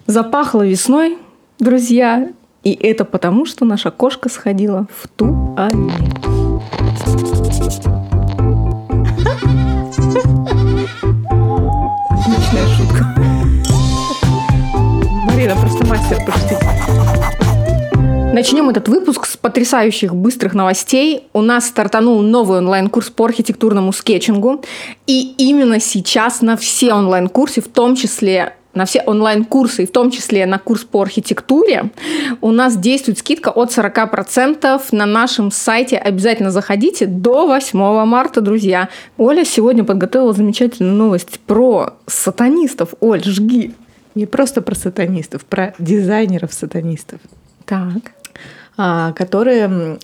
Запахло весной, друзья, и это потому, что наша кошка сходила в туалет. Отличная шутка. Марина просто мастер пошутить. Начнем этот выпуск с потрясающих быстрых новостей. У нас стартанул новый онлайн-курс по архитектурному скетчингу. И именно сейчас на все онлайн-курсы, в том числе на все онлайн-курсы, в том числе на курс по архитектуре, у нас действует скидка от 40% на нашем сайте. Обязательно заходите до 8 марта, друзья. Оля сегодня подготовила замечательную новость про сатанистов. Оль, жги. Не просто про сатанистов, про дизайнеров-сатанистов. Так. Которые...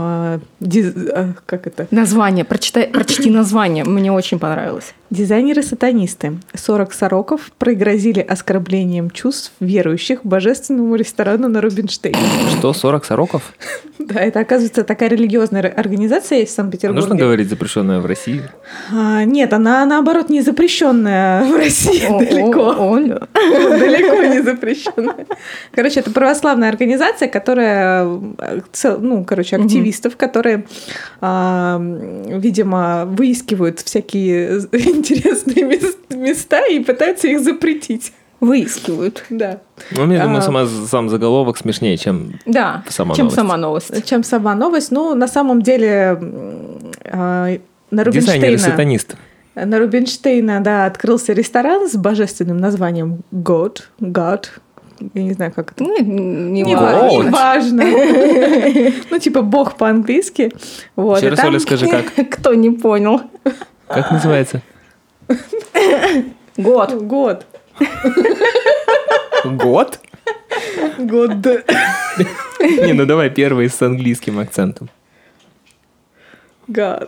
как это? Название. Прочти название. Мне очень понравилось. Дизайнеры-сатанисты. 40 сороков пригрозили оскорблением чувств верующих божественному ресторану на Рубинштейне. Что, 40 сороков? Да, это, оказывается, такая религиозная организация есть в Санкт-Петербурге. Нужно говорить запрещенная в России? Нет, она, наоборот, не запрещенная в России далеко. Оля. Далеко не запрещенная. Короче, это православная организация, которая, активистов, которые, видимо, выискивают всякие интересные места и пытаются их запретить. Выискивают. Да. Ну, мне, думаю, сам заголовок смешнее, чем сама новость. Чем сама новость. Ну, на самом деле, на Рубинштейна... Дизайнеры-сатанисты. На Рубинштейна, да, открылся ресторан с божественным названием God. Я не знаю, как это. Не важно. Ну, типа бог по-английски. Еще раз, Оля, скажи, как. Кто не понял. Как называется? God. Год? God. Не, ну давай первый с английским акцентом. God.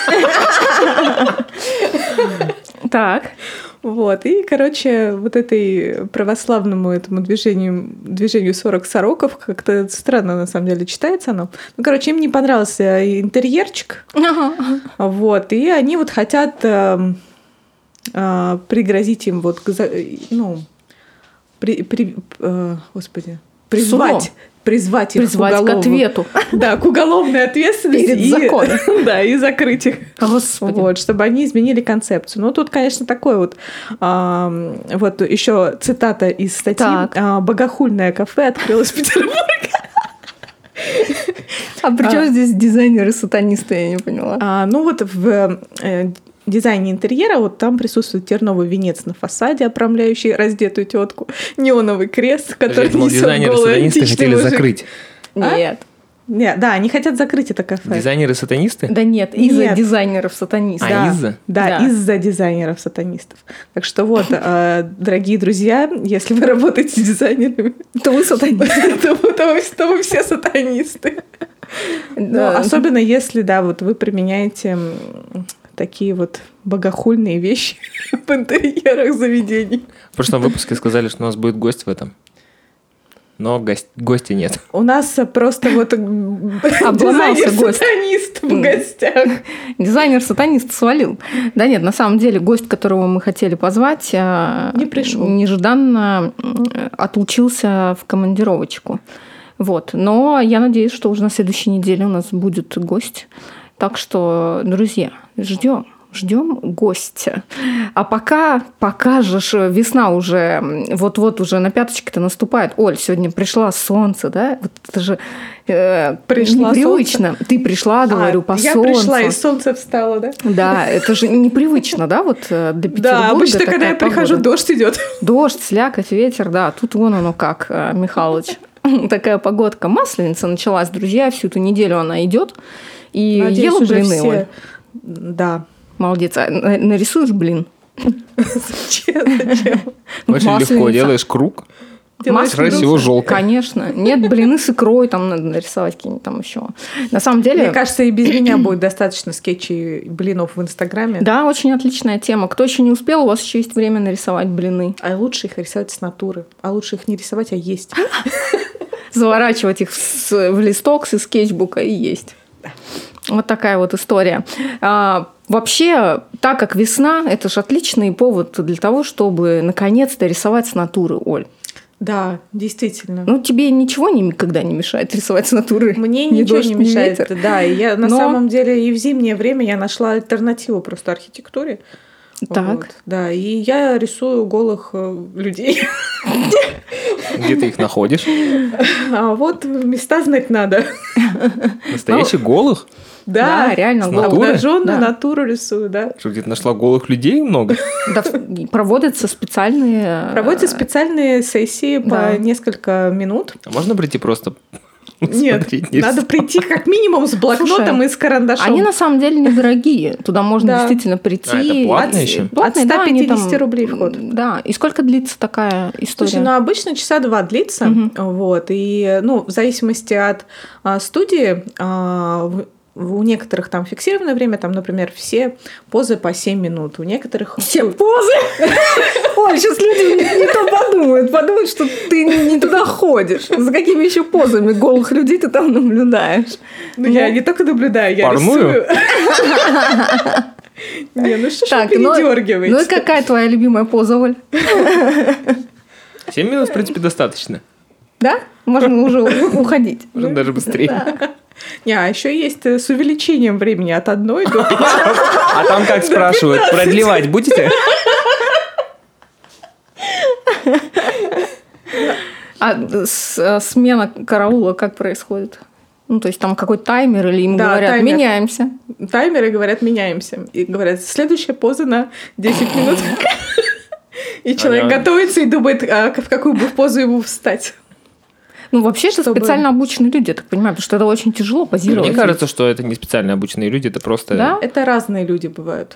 Так. Вот, и, короче, вот этой православному этому движению 40 сороков, как-то странно, на самом деле, читается оно. Ну, короче, им не понравился интерьерчик, вот, и они вот хотят пригрозить им вот, призвать их к ответу. Да, к уголовной ответственности. Перед законом. Да, и закрыть их. Господи. Вот, чтобы они изменили концепцию. Ну, тут, конечно, такой вот еще цитата из статьи. «Богохульное кафе открылось в Петербурге». А при чем здесь дизайнеры-сатанисты, я не поняла. Ну, вот в дизайне интерьера вот там присутствует терновый венец на фасаде, обрамляющий раздетую тетку, неоновый крест, который несет голый античный мужик. Дизайнеры-сатанисты хотели закрыть. Нет. Нет, да, они хотят закрыть это кафе. Дизайнеры-сатанисты? Да нет, из-за дизайнеров-сатанистов. Из-за? Да, из-за дизайнеров-сатанистов. Так что вот, дорогие друзья, если вы работаете дизайнерами, то вы сатанисты. То вы все сатанисты. Особенно если, да, вот вы применяете такие вот богохульные вещи в интерьерах заведений. В прошлом выпуске сказали, что у нас будет гость в этом. Но гостя нет. У нас просто вот дизайнер-сатанист в гостях. Дизайнер-сатанист свалил. Да нет, на самом деле гость, которого мы хотели позвать, не пришел. Нежданно отлучился в командировочку. Вот. Но я надеюсь, что уже на следующей неделе у нас будет гость. Так что, друзья, ждем гостя. А пока же весна уже, вот-вот уже на пяточки-то наступает. Оль, сегодня пришла солнце, да? Вот это же непривычно. Ты пришла, говорю, по солнцу. Я пришла, и солнце встало, да? Да, это же непривычно, да, вот до Петербурга. Да, обычно, когда я прихожу, дождь идет. Дождь, слякоть, ветер, да. Тут вон оно как, Михалыч. Такая погодка. Масленица началась, друзья, всю эту неделю она идет. И ела блины, Оль. Да. Молодец. А нарисуешь блин? Зачем? Очень легко. Делаешь круг. Красиво желтый. Конечно. Нет, блины с икрой там надо нарисовать какие-нибудь там еще. На самом деле... Мне кажется, и без меня будет достаточно скетчей блинов в Инстаграме. Да, очень отличная тема. Кто еще не успел, у вас еще есть время нарисовать блины. А лучше их рисовать с натуры. А лучше их не рисовать, а есть. Заворачивать их в листок со скетчбука и есть. Вот такая вот история. Вообще, так как весна, это же отличный повод для того, чтобы наконец-то рисовать с натуры, Оль. Да, действительно. Ну, тебе ничего никогда не мешает рисовать с натуры? Мне Ни ничего дождь, не ни мешает. ветер. Да, и я на Но- самом деле и в зимнее время я нашла альтернативу просто архитектуре. Так. Вот, да, и я рисую голых людей. Где ты их находишь? А вот места знать надо. Настоящих голых? Да, реально, С натуры? Обнаженную Да. натуру рисую, да. Что, где-то нашла голых людей много? Да, проводятся специальные... Проводятся специальные сессии Да. по несколько минут. А можно прийти просто Нет, смотреть, надо прийти как минимум с блокнотом Слушай, и с карандашом. Они на самом деле недорогие. Туда можно Да. действительно прийти. А, это платно От- еще? платные, От да, они 150 рублей вход. Да. И сколько длится такая история? Слушай, ну обычно часа 2 длится, вот, и, ну, в зависимости от студии, у некоторых там фиксированное время, там, например, все позы по 7 минут, у некоторых... Все позы. Ой, сейчас люди не то подумают, что ты не туда ходишь. За какими еще позами голых людей ты там наблюдаешь? Ну, я не только наблюдаю, я Парную? рисую. Не, ну что ж Так, вы ну передергиваете? и какая твоя любимая поза, Оль? 7 минут, в принципе, достаточно. Да? Можно уже уходить. Можно даже быстрее. Не, а еще есть с увеличением времени от 1 до 5. А там как спрашивают, продлевать будете? А смена караула как происходит? Ну, то есть там какой таймер или им Да, говорят, таймер. меняемся? Таймеры говорят, меняемся. И говорят, следующая поза на 10 минут. И человек Понятно. готовится и думает, в какую бы позу ему встать. Ну, вообще, это Чтобы- специально обученные люди, я так понимаю, потому что это очень тяжело позировать. Мне кажется, что это не специально обученные люди, это просто... Да? Это разные люди бывают.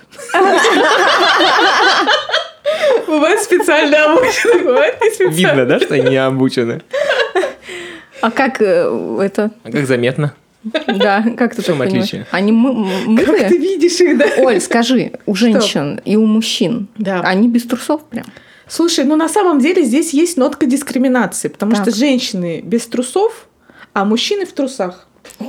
Бывают специально обученные, бывают не специально. Видно, да, что они не обучены? А как это? А как заметно? Да, как ты В чем так понимаешь? отличие? Они Как ты мытые? видишь их, да? Оль, скажи, у женщин и у мужчин, Да. они без трусов прям? Слушай, ну на самом деле здесь есть нотка дискриминации, потому Так. что женщины без трусов, а мужчины в трусах.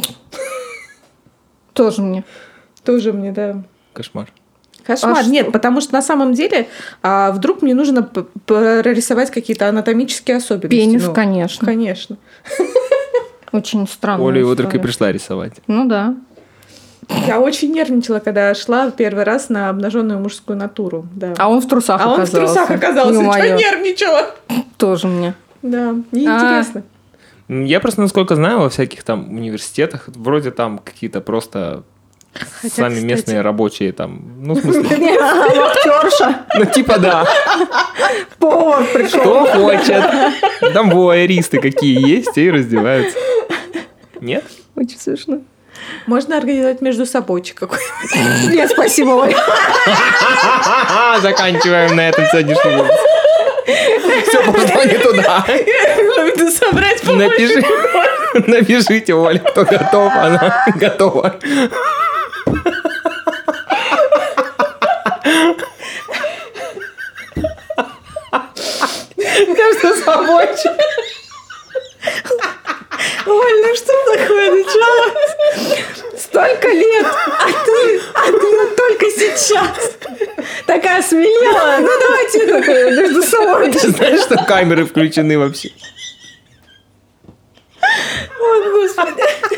Тоже мне. Тоже мне, да. Кошмар. Кошмар. А что? Нет, потому что на самом деле вдруг мне нужно прорисовать какие-то анатомические особенности. Пенис, Ну, конечно. Конечно. Очень странно. Оля его только и пришла рисовать. Ну да. Я очень нервничала, когда шла первый раз на обнаженную мужскую натуру. Да. А он в трусах А он в оказался. трусах оказался. Ё-моё. Что нервничала? Тоже мне. Да, неинтересно. Я просто, насколько знаю, во всяких там университетах, вроде там какие-то просто Хотя, сами кстати- местные рабочие там, ну, в смысле, Актерша. ну, типа да, Повар пришел. кто хочет. Там вуайеристы какие есть и раздеваются. Нет? Очень смешно. Можно организовать между собойчик какой-нибудь. Нет, спасибо, Оля. Заканчиваем на этом сегодняшний выпуск. Все пошло не туда. Надо собрать Напишите, Оля, кто готов, она готова. между собойчик. Оль, ну что такое началось? Столько лет, а ты вот только сейчас такая смелела. Ну давайте такое между собой. Ты знаешь, что камеры включены вообще? О, Господи.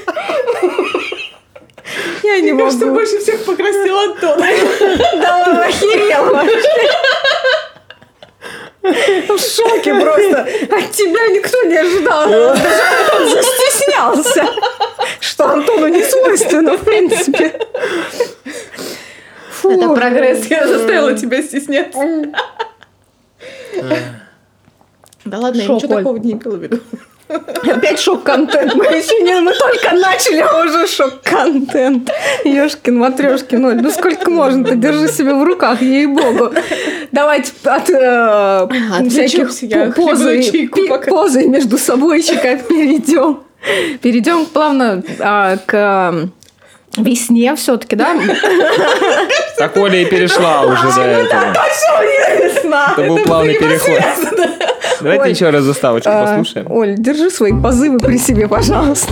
Я не Мне кажется, могу. больше всех покрасил Антон. Да он охерел вообще. В шоке просто. От тебя никто не ожидал. Он застеснялся. Что Антону не свойственно, в принципе. Фу. Это прогресс. Я заставила тебя стесняться. Да ладно, я Шок, ничего Оль. такого не имела в виду. Опять шок-контент. Мы только начали, а уже шок-контент. Ёшкин, матрёшкин, Оль, ну сколько можно-то? Держи себя в руках, ей-богу. Давайте от всяких Отвлечёмся, я хлебну чайку пока. позы между собойчиков перейдем. Перейдем плавно к весне все-таки, да? Так Оля и перешла уже до этого. Весна. Это был плавный переход. Давайте Оль, еще раз заставочку послушаем. Оль, держи свои позывы при себе, пожалуйста.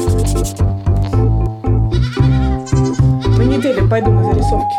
На неделю пойду на зарисовки.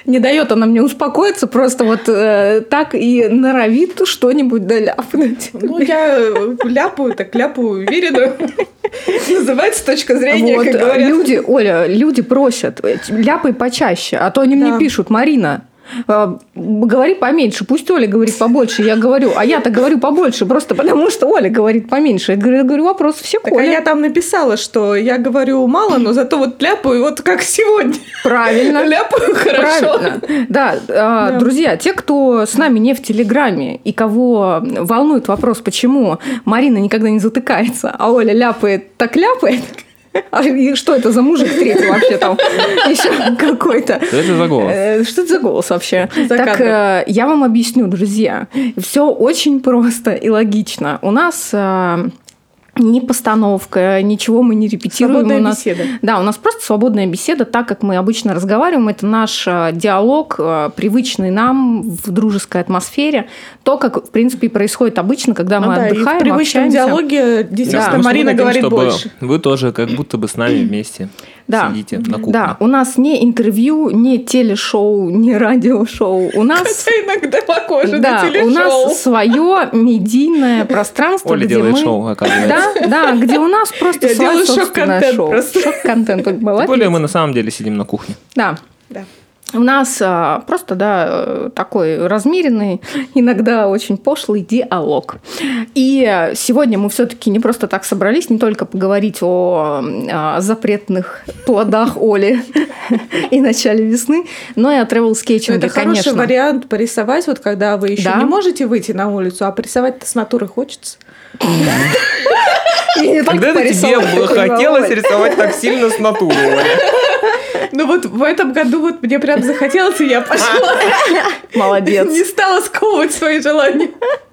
Не дает она мне успокоиться, просто вот так и норовит что-нибудь доляпнуть. Ну, я ляпаю уверенно. Называется точка зрения, вот, как говорят. Оля, люди просят, ляпай почаще, а то они мне пишут: Марина, говори поменьше, пусть Оля говорит побольше. Я говорю, а я-то говорю побольше, просто потому что Оля говорит поменьше. Я говорю, вопрос все к Так, Оле. а я там написала, что я говорю мало, но зато вот ляпаю, вот как сегодня. Правильно. Ляпаю хорошо. Правильно. Да, друзья, те, кто с нами не в Телеграме и кого волнует вопрос, почему Марина никогда не затыкается, а Оля ляпает, так ляпает. А что это за мужик третий вообще там? Еще какой-то. Что это за голос? Что это за голос вообще? За Так, кадром. я вам объясню, друзья. Все очень просто и логично. У нас не постановка, ничего мы не репетируем. Свободная у нас, беседа. Да, у нас просто свободная беседа, так как мы обычно разговариваем. Это наш диалог, привычный нам в дружеской атмосфере. То, как, в принципе, и происходит обычно, когда мы отдыхаем, и в привычном общаемся. диалоге действительно Да, Марина говорит чтобы больше. Вы тоже как будто бы с нами вместе сидите на кухне. Да, у нас не интервью, не телешоу, не радиошоу. У нас... Хотя иногда похоже Да, на телешоу. у нас свое медийное пространство, Оля где делает мы... шоу, оказывается. Да, где у нас просто Я свое делаю собственное шок-контент шоу. просто. Шок-контент. Оль, Тем молодец. более мы на самом деле сидим на кухне. Да. Да. У нас просто, такой размеренный, иногда очень пошлый диалог. И сегодня мы все-таки не просто так собрались, не только поговорить о запретных плодах Оли и начале весны, но и о тревел-скетчинге, Это хороший конечно. вариант порисовать, вот когда вы еще Да. не можете выйти на улицу, а порисовать-то с натуры хочется. И не только Когда-то тебе порисовать такой хотелось головой. рисовать так сильно с натуры, Оля. Ну вот в этом году вот мне прям захотелось, и я пошла. Молодец. Не стала сковывать свои желания.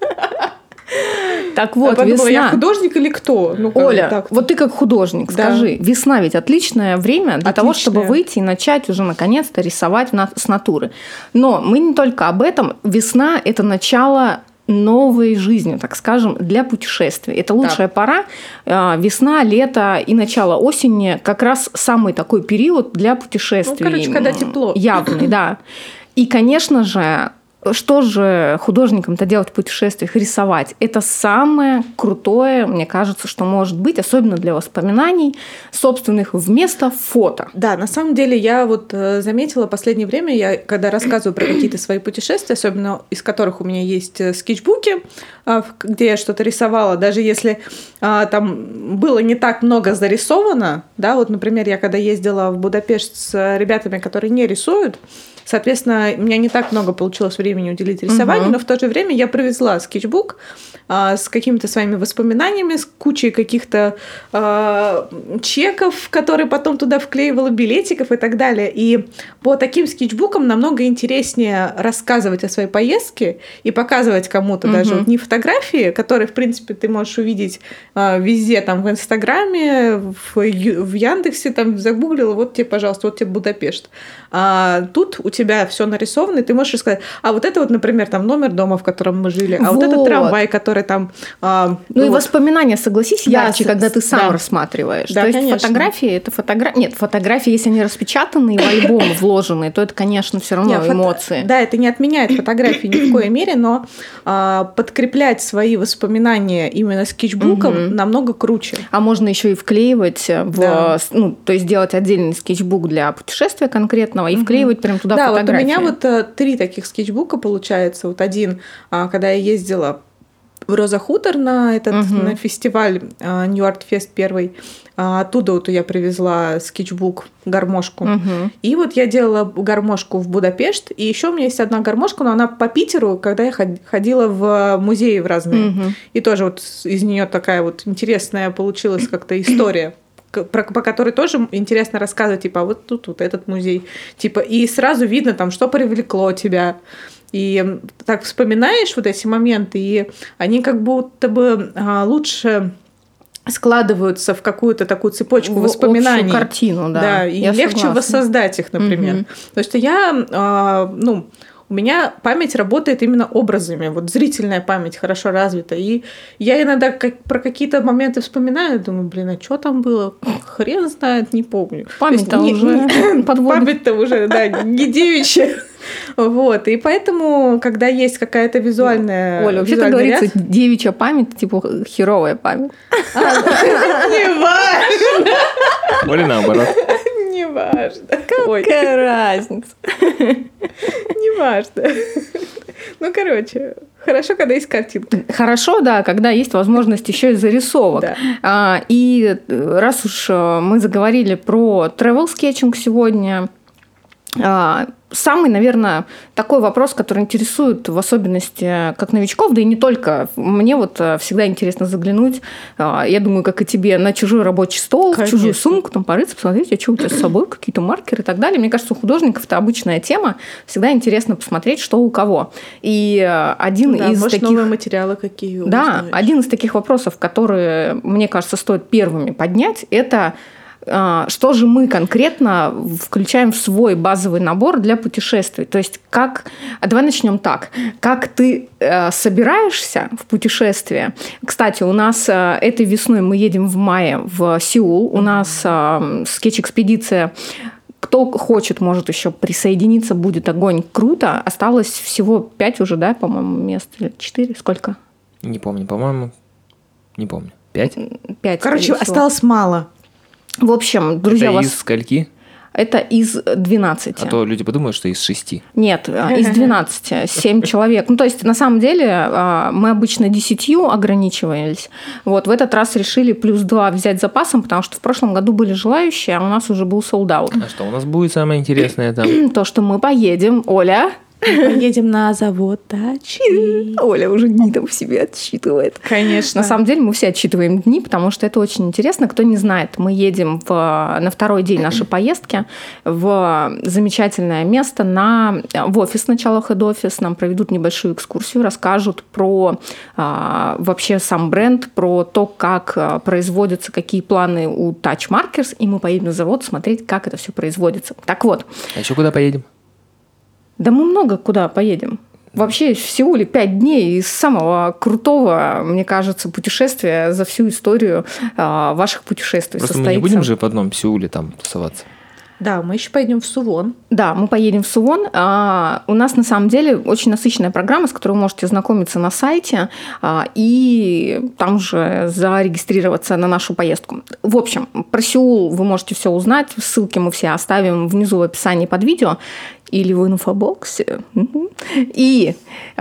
Так вот, Подумала, я весна. художник или кто? Ну, как Оля, так-то. вот ты как художник, Да. скажи, весна ведь отличное время для того, чтобы Отличное. выйти и начать уже наконец-то рисовать с натуры. Но мы не только об этом. Весна – это начало новой жизни, так скажем, для путешествий. Это лучшая пора. Весна, лето и начало осени – как раз самый такой период для путешествий. Ну, короче, когда тепло. Явный, да. И, конечно же, что же художникам-то делать в путешествиях? Рисовать. Это самое крутое, мне кажется, что может быть, особенно для воспоминаний собственных вместо фото. Да, на самом деле я вот заметила в последнее время, я когда рассказываю про какие-то свои путешествия, особенно из которых у меня есть скетчбуки, где я что-то рисовала, даже если там было не так много зарисовано, да, вот, например, я когда ездила в Будапешт с ребятами, которые не рисуют, соответственно, у меня не так много получилось времени уделить рисованию, но в то же время я привезла скетчбук с какими-то своими воспоминаниями, с кучей каких-то чеков, которые потом туда вклеивала, билетиков и так далее. И по таким скетчбукам намного интереснее рассказывать о своей поездке и показывать кому-то даже вот не фотографии, которые, в принципе, ты можешь увидеть везде, там, в Инстаграме, в Яндексе, там, загуглила, вот тебе, пожалуйста, вот тебе Будапешт. А тут у тебя все нарисовано, и ты можешь рассказать, а вот это вот, например, там номер дома, в котором мы жили, а вот это трамвай, который там... Ну и вот. воспоминания, согласись, Да, ярче, когда ты сам да. рассматриваешь. Да, То есть конечно. фотографии, это фотографии... Нет, фотографии, если они распечатанные в альбом вложенные, то это, конечно, все равно Не, эмоции. Да, это не отменяет фотографии ни в коей мере, но подкреплять свои воспоминания именно скетчбуком намного круче. А можно еще и вклеивать Да. ну, то есть делать отдельный скетчбук для путешествия конкретного и вклеивать прям туда Да, фотографии. вот у меня вот 3 таких скетчбука получается. Вот один, когда я ездила в Роза Хутор на на фестиваль New Art Fest 1. Оттуда вот я привезла скетчбук, гармошку. И вот я делала гармошку в Будапешт. И еще у меня есть одна гармошка, но она по Питеру, когда я ходила в музеи в разные. И тоже вот из нее такая вот интересная получилась как-то история, по которой тоже интересно рассказывать, типа, а вот тут вот этот музей, типа, и сразу видно там, что привлекло тебя. И так вспоминаешь вот эти моменты, и они как будто бы лучше складываются в какую-то такую цепочку в воспоминаний. общую картину, да. Да, и Я легче согласна. воссоздать их, например. Потому что я, у меня память работает именно образами, вот зрительная память хорошо развита. И я иногда про какие-то моменты вспоминаю, думаю, блин, а что там было? Хрен знает, не помню. Память-то уже подводит. Память-то уже, да, не девичья. Вот, и поэтому, когда есть какая-то визуальная... Оля, вообще-то говорится, девичья память, типа херовая память. Не важно. Или наоборот. Не важно. Какая разница? Не важно. Ну, короче, хорошо, когда есть картинка. Хорошо, да, когда есть возможность еще и зарисовок. Да. И раз уж мы заговорили про travel sketching сегодня, самый, наверное, такой вопрос, который интересует в особенности как новичков, да и не только. Мне вот всегда интересно заглянуть, я думаю, как и тебе, на чужой рабочий стол, Конечно. в чужую сумку, там порыться, посмотреть, а что у тебя с собой, какие-то маркеры и так далее. Мне кажется, у художников это обычная тема. Всегда интересно посмотреть, что у кого. И один из может, таких... новые материалы какие Да, один из таких вопросов, которые, мне кажется, стоит первыми поднять, это что же мы конкретно включаем в свой базовый набор для путешествий. То есть давай начнем так. Как ты собираешься в путешествие? Кстати, у нас этой весной мы едем в мае в Сеул. У нас скетч-экспедиция. Кто хочет, может еще присоединиться. Будет огонь. Круто. Осталось всего 5 уже, да, по-моему, мест? Или 4? Сколько? Не помню, по-моему, не помню. 5? 5. Короче, осталось мало. В общем, друзья, это из скольки? Это из 12. А то люди подумают, что из 6. Нет, из 12. 7 человек. Ну, то есть, на самом деле, мы обычно 10 ограничивались. Вот, в этот раз решили плюс 2 взять запасом, потому что в прошлом году были желающие, а у нас уже был sold-out. А что у нас будет самое интересное там? То, что мы поедем. Оля... Мы поедем на завод тачки. Оля уже дни там в себе отсчитывает. Конечно. На самом деле мы все отсчитываем дни, потому что это очень интересно. Кто не знает, мы едем на второй день нашей поездки в замечательное место, в офис сначала, хед-офис. Нам проведут небольшую экскурсию, расскажут про вообще сам бренд, про то, как производятся, какие планы у Touch Markers, и мы поедем на завод смотреть, как это все производится. Так вот. А еще куда поедем? Да мы много куда поедем. Вообще в Сеуле 5 дней из самого крутого, мне кажется, путешествия за всю историю ваших путешествий Просто состоится. мы не будем же в одном Сеуле там тусоваться. Да, мы еще пойдем в Сувон. Да, мы поедем в Сувон. У нас на самом деле очень насыщенная программа, с которой вы можете знакомиться на сайте и там же зарегистрироваться на нашу поездку. В общем, про Сеул вы можете все узнать. Ссылки мы все оставим внизу в описании под видео или в инфобоксе. И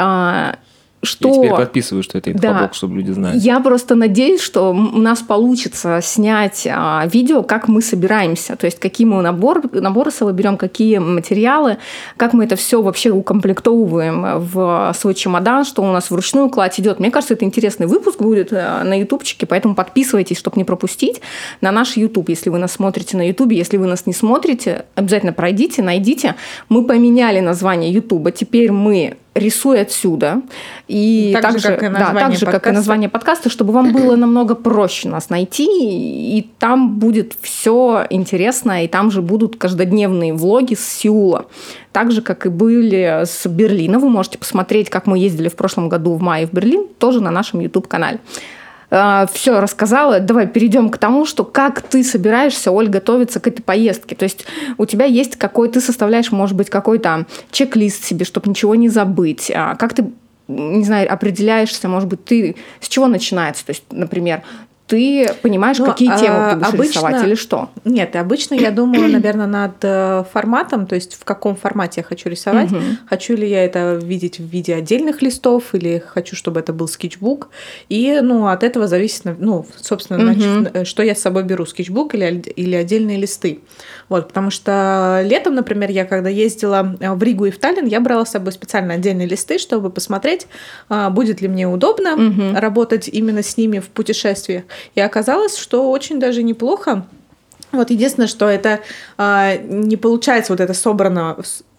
что... Я теперь подписываю, что это инфобокс, чтобы люди знали. Я просто надеюсь, что у нас получится снять видео, как мы собираемся, то есть какие мы наборы с собой берем, какие материалы, как мы это все вообще укомплектовываем в свой чемодан, что у нас вручную кладь идет. Мне кажется, это интересный выпуск будет на ютубчике, поэтому подписывайтесь, чтобы не пропустить, на наш ютуб, если вы нас смотрите на ютубе. Если вы нас не смотрите, обязательно пройдите, найдите. Мы поменяли название ютуба, теперь мы «Рисуй отсюда». И так же, как и название подкаста, чтобы вам было намного проще нас найти, и там будет все интересно, и там же будут каждодневные влоги с Сеула. Так же, как и были с Берлина. Вы можете посмотреть, как мы ездили в прошлом году в мае в Берлин, тоже на нашем YouTube-канале. Все рассказала. Давай перейдем к тому, что как ты собираешься, Оль, готовиться к этой поездке. То есть у тебя есть ты составляешь, может быть, какой-то чек-лист себе, чтобы ничего не забыть. Как ты, не знаю, определяешься, может быть, ты с чего начинается? То есть, например, ты понимаешь, какие темы ты будешь рисовать или что? Нет, обычно я думаю, наверное, над форматом, то есть в каком формате я хочу рисовать. Хочу ли я это видеть в виде отдельных листов или хочу, чтобы это был скетчбук. И от этого зависит, собственно, что я с собой беру, скетчбук или отдельные листы. Вот, потому что летом, например, я когда ездила в Ригу и в Таллин, я брала с собой специально отдельные листы, чтобы посмотреть, будет ли мне удобно работать именно с ними в путешествиях. И оказалось, что очень даже неплохо. Вот единственное, что это не получается вот это собрано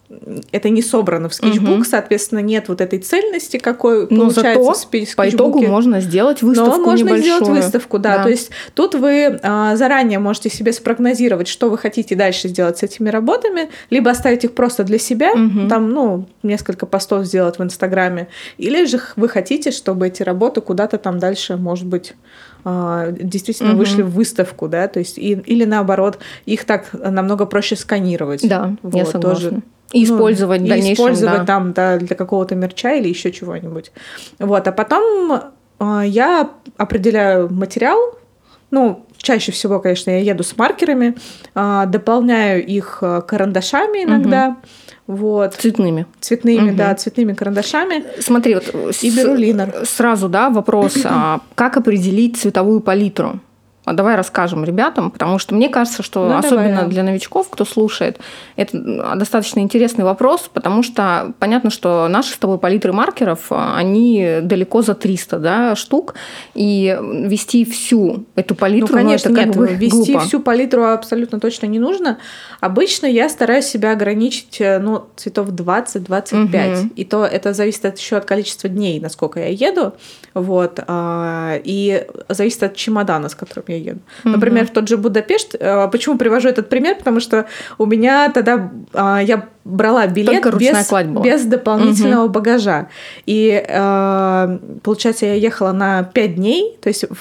это не собрано в скетчбук, соответственно, нет вот этой цельности, какой получается зато в скетчбуке. По итогу можно сделать выставку можно небольшую. сделать выставку, да. То есть тут вы заранее можете себе спрогнозировать, что вы хотите дальше сделать с этими работами, либо оставить их просто для себя, там, несколько постов сделать в Инстаграме, или же вы хотите, чтобы эти работы куда-то там дальше, может быть, действительно вышли в выставку, да, то есть или наоборот, их так намного проще сканировать. Да, я согласна. Тоже. И использовать в дальнейшем, использовать там, да, для какого-то мерча или еще чего-нибудь. Вот, а потом я определяю материал, чаще всего, конечно, я еду с маркерами, дополняю их карандашами иногда, вот. Цветными, да, цветными карандашами. Смотри, вот и беру линер. Сразу, да, вопрос, как определить цветовую палитру? Давай расскажем ребятам, потому что мне кажется, что особенно для новичков, кто слушает, это достаточно интересный вопрос, потому что понятно, что наши с тобой палитры маркеров, они далеко за 300 штук, и вести всю эту палитру, конечно, это как бы вести глупо. всю палитру абсолютно точно не нужно. Обычно я стараюсь себя ограничить, цветов 20-25, и то это зависит еще от количества дней, насколько я еду, вот, и зависит от чемодана, с которым я еду. Например, в тот же Будапешт. Почему привожу этот пример? Потому что у меня тогда я брала билет без дополнительного багажа. И получается, я ехала на 5 дней, то есть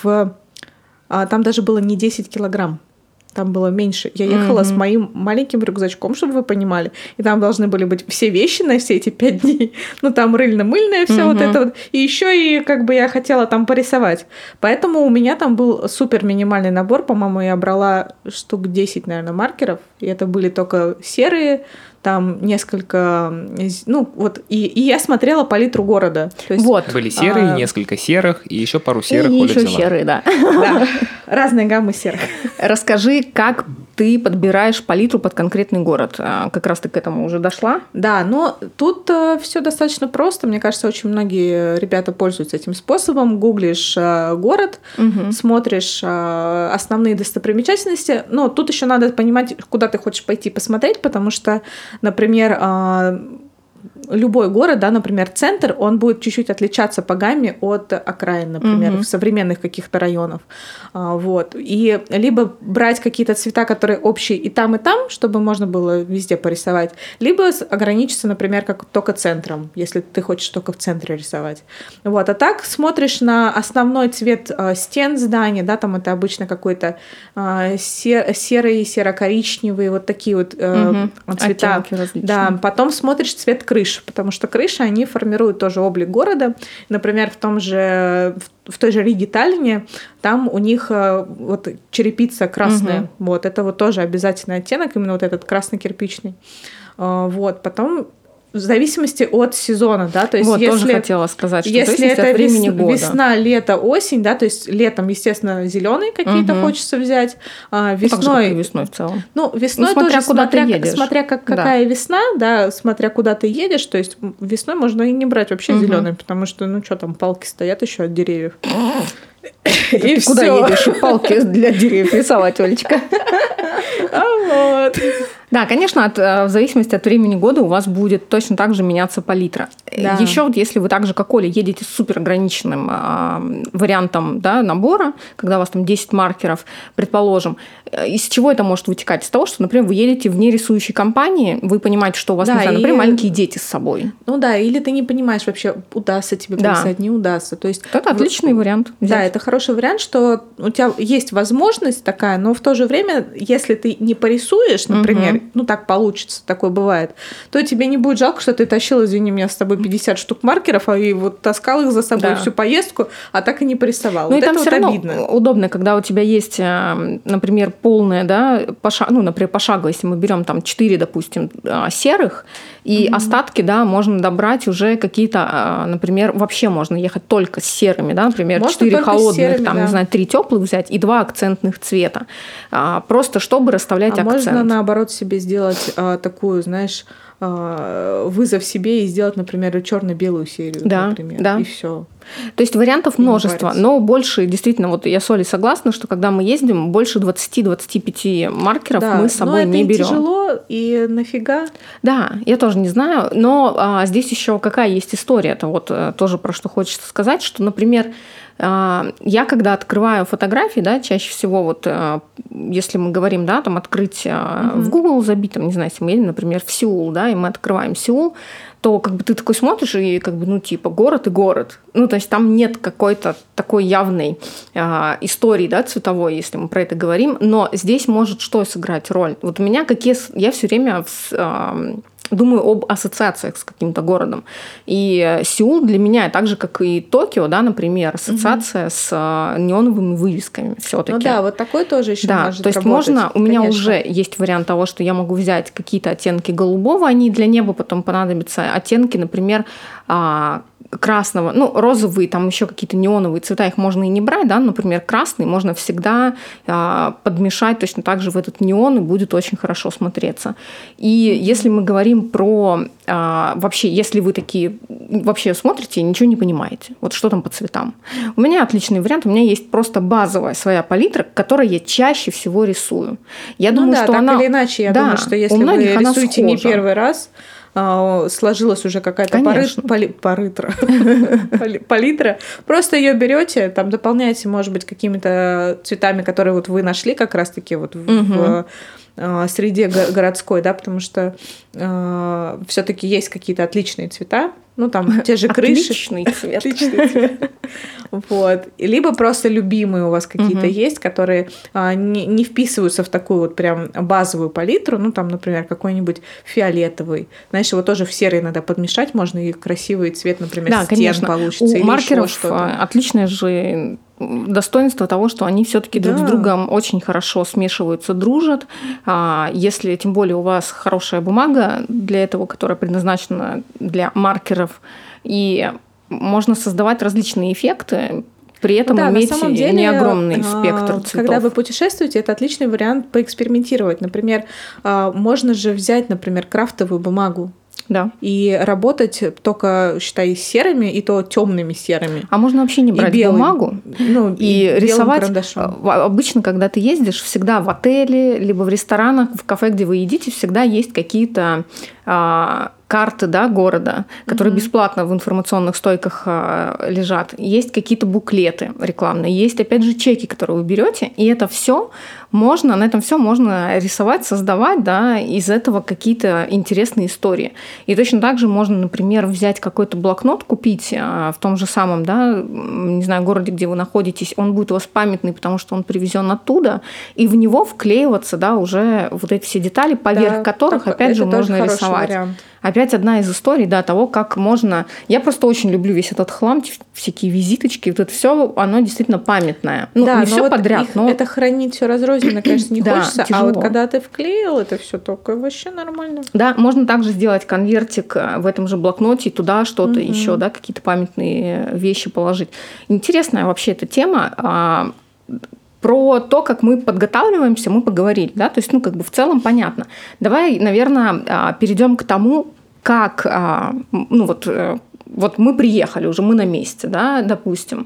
там даже было не 10 килограмм. Там было меньше. Я ехала с моим маленьким рюкзачком, чтобы вы понимали. И там должны были быть все вещи на все эти 5 дней. Там рыльно-мыльное все вот это вот. И еще и я хотела там порисовать. Поэтому у меня там был супер минимальный набор. По-моему, я брала штук 10, наверное, маркеров. И это были только серые, там несколько... И я смотрела палитру города. То есть, были серые, несколько серых, и еще пару серых. И еще серые, да. Разные гаммы серых. Расскажи, как ты подбираешь палитру под конкретный город. Как раз ты к этому уже дошла? Да, но тут все достаточно просто. Мне кажется, очень многие ребята пользуются этим способом. Гуглишь город, смотришь основные достопримечательности. Но тут еще надо понимать, куда ты хочешь пойти посмотреть, потому что, например, любой город, да, например, центр, он будет чуть-чуть отличаться по гамме от окраин, например, в современных каких-то районов. Вот. И либо брать какие-то цвета, которые общие и там, чтобы можно было везде порисовать, либо ограничиться, например, как только центром, если ты хочешь только в центре рисовать. Вот. А так смотришь на основной цвет стен здания, да, там это обычно какой-то серый, серо-коричневый, вот такие вот цвета. Да. Потом смотришь цвет крыш, потому что крыши, они формируют тоже облик города. Например, в той же Риге, Таллине, там у них вот черепица красная. Вот, это вот тоже обязательный оттенок, именно вот этот красно-кирпичный. Вот, потом в зависимости от сезона, да, то есть вот, тоже хотела сказать, что если это от времени года. Весна, лето, осень, да, то есть летом, естественно, зеленые какие-то хочется взять, весной. Так же, как и весной в целом. Весной смотря тоже, куда ты едешь. Смотря какая весна, да, смотря куда ты едешь, то есть весной можно и не брать вообще зеленый, потому что, что там, палки стоят еще от деревьев. И куда едешь? Палки для деревьев рисовать, Олечка. Вот. Да, конечно, в зависимости от времени года у вас будет точно так же меняться палитра. Да. Еще вот если вы так же, как Оля, едете с супер ограниченным вариантом, да, набора, когда у вас там 10 маркеров, предположим, из чего это может вытекать? Из того, что, например, вы едете в нерисующей компании, вы понимаете, что у вас, например, маленькие дети с собой. Или ты не понимаешь вообще, удастся тебе порисовать, не удастся. То есть, это отличный вариант. Да, это хороший вариант, что у тебя есть возможность такая, но в то же время, если ты не порисуешь, например, так получится, такое бывает, то тебе не будет жалко, что ты тащил, извини меня, с тобой 50 штук маркеров, и вот таскал их за собой всю поездку, а так и не порисовал. И там это все равно обидно. Удобно, когда у тебя есть, например, полная, да, например, пошагово, если мы берем там 4, допустим, серых, и остатки, да, можно добрать уже какие-то, например, вообще можно ехать только с серыми, да, например, можно 4 холодных, серыми, там, не знаю, 3 теплых взять и 2 акцентных цвета, просто чтобы расставлять акцент. Можно, наоборот, себе себе сделать такую, знаешь, вызов себе и сделать, например, черно-белую серию, например, и все. То есть вариантов множество, но больше, действительно, вот я с Олей согласна, что когда мы ездим, больше 20-25 маркеров мы с собой не берем. Да, это тяжело, и нафига? Да, я тоже не знаю, но здесь еще какая есть история, это вот тоже про что хочется сказать, что, например, я когда открываю фотографии, да, чаще всего вот, если мы говорим, да, там открыть в Google, забить, там, не знаю, если мы едем, например, в Сеул, да, и мы открываем Сеул, то как бы ты такой смотришь и как бы, ну, типа, город и город. Ну, то есть там нет какой-то такой явной истории, да, цветовой, если мы про это говорим, но здесь может что сыграть роль? Вот у меня я все время думаю об ассоциациях с каким-то городом. И Сеул для меня, так же, как и Токио, да, например, ассоциация с неоновыми вывесками все-таки. Ну да, вот такой тоже еще может то есть работать. Можно, у меня уже есть вариант того, что я могу взять какие-то оттенки голубого, они для неба потом понадобятся, оттенки, например, красного, ну, розовые, там еще какие-то неоновые цвета, их можно и не брать, да, например, красный можно всегда подмешать точно так же в этот неон, и будет очень хорошо смотреться. И если мы говорим про вообще, если вы такие вообще смотрите и ничего не понимаете, вот что там по цветам. У меня отличный вариант, у меня есть просто базовая своя палитра, которой я чаще всего рисую. Я думаю, что так она... или иначе, я думаю, что если вы рисуете не первый раз, сложилась уже какая-то палитра. Просто ее берете, там дополняете, может быть, какими-то цветами, которые вот вы нашли как раз-таки вот в среде городской, да, потому что все-таки есть какие-то отличные цвета, ну там те же крыши. Отличный цвет. Вот. Либо просто любимые у вас какие-то есть, которые не вписываются в такую вот прям базовую палитру, ну там, например, какой-нибудь фиолетовый. Знаешь, его тоже в серый надо подмешать, можно и красивый цвет, например, да, стен конечно. получится. У маркеров отличное же достоинство того, что они все-таки друг с другом очень хорошо смешиваются, дружат. Если тем более у вас хорошая бумага для этого, которая предназначена для маркеров, и можно создавать различные эффекты, при этом иметь не огромный спектр цветов. Когда вы путешествуете, это отличный вариант поэкспериментировать. Например, можно же взять, например, крафтовую бумагу. Да. И работать только, считай, серыми, и то темными серыми. А можно вообще не брать бумагу и рисовать. Карандашом. Обычно, когда ты ездишь, всегда в отеле, либо в ресторанах, в кафе, где вы едите, всегда есть какие-то карты, да, города, которые бесплатно в информационных стойках лежат. Есть какие-то буклеты рекламные, есть, опять же, чеки, которые вы берете, и это все можно, на этом все можно рисовать, создавать, да, из этого какие-то интересные истории. И точно так же можно, например, взять какой-то блокнот, купить в том же самом, да, не знаю, городе, где вы находитесь, он будет у вас памятный, потому что он привезен оттуда, и в него вклеиваться, да, уже вот эти все детали, поверх которых, опять же, можно рисовать. Опять одна из историй, да, того, как можно... Я просто очень люблю весь этот хлам, всякие визиточки, вот это все, оно действительно памятное. Ну, да, не все подряд, но... Это хранить все разрозненно, конечно, не хочется, тяжело. А вот когда ты вклеил это все, только вообще нормально. Да, можно также сделать конвертик в этом же блокноте и туда что-то еще, да, какие-то памятные вещи положить. Интересная вообще эта тема. Про то, как мы подготавливаемся, мы поговорили, да, то есть, ну, как бы в целом понятно. Давай, наверное, перейдем к тому, как, ну, вот мы приехали уже, мы на месте, да, допустим.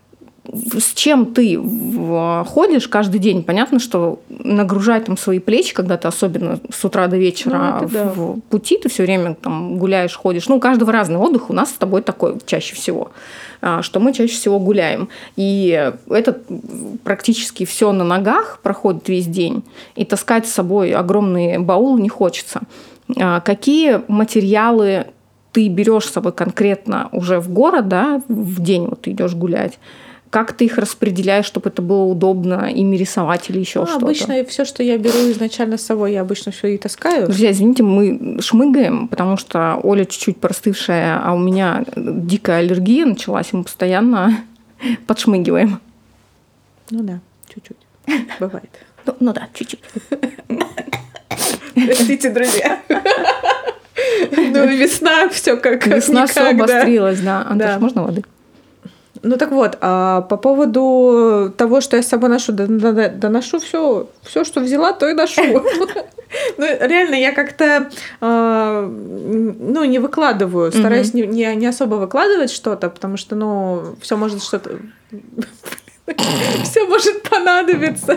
С чем ты ходишь каждый день? Понятно, что нагружать там свои плечи, когда ты особенно с утра до вечера в пути, ты все время там гуляешь, ходишь. Ну, у каждого разный отдых, у нас с тобой такой чаще всего, что мы чаще всего гуляем. И это практически все на ногах проходит весь день, и таскать с собой огромные баулы не хочется. Какие материалы ты берешь с собой конкретно уже в город, да, в день вот ты идешь гулять? Как ты их распределяешь, чтобы это было удобно ими рисовать или еще что-то? Обычно все, что я беру изначально с собой, я обычно все и таскаю. Друзья, извините, мы шмыгаем, потому что Оля чуть-чуть простывшая, а у меня дикая аллергия началась, и мы постоянно подшмыгиваем. Ну да, чуть-чуть. Бывает. Ну да, чуть-чуть. Простите, друзья. Ну, весна, все как весна все обострилась, да. Антош, можно воды? Ну так вот, по поводу того, что я с собой ношу, доношу все, что взяла, то и ношу. Ну, реально, я как-то не выкладываю, стараюсь не особо выкладывать что-то, потому что, все может что-то... Все может понадобиться.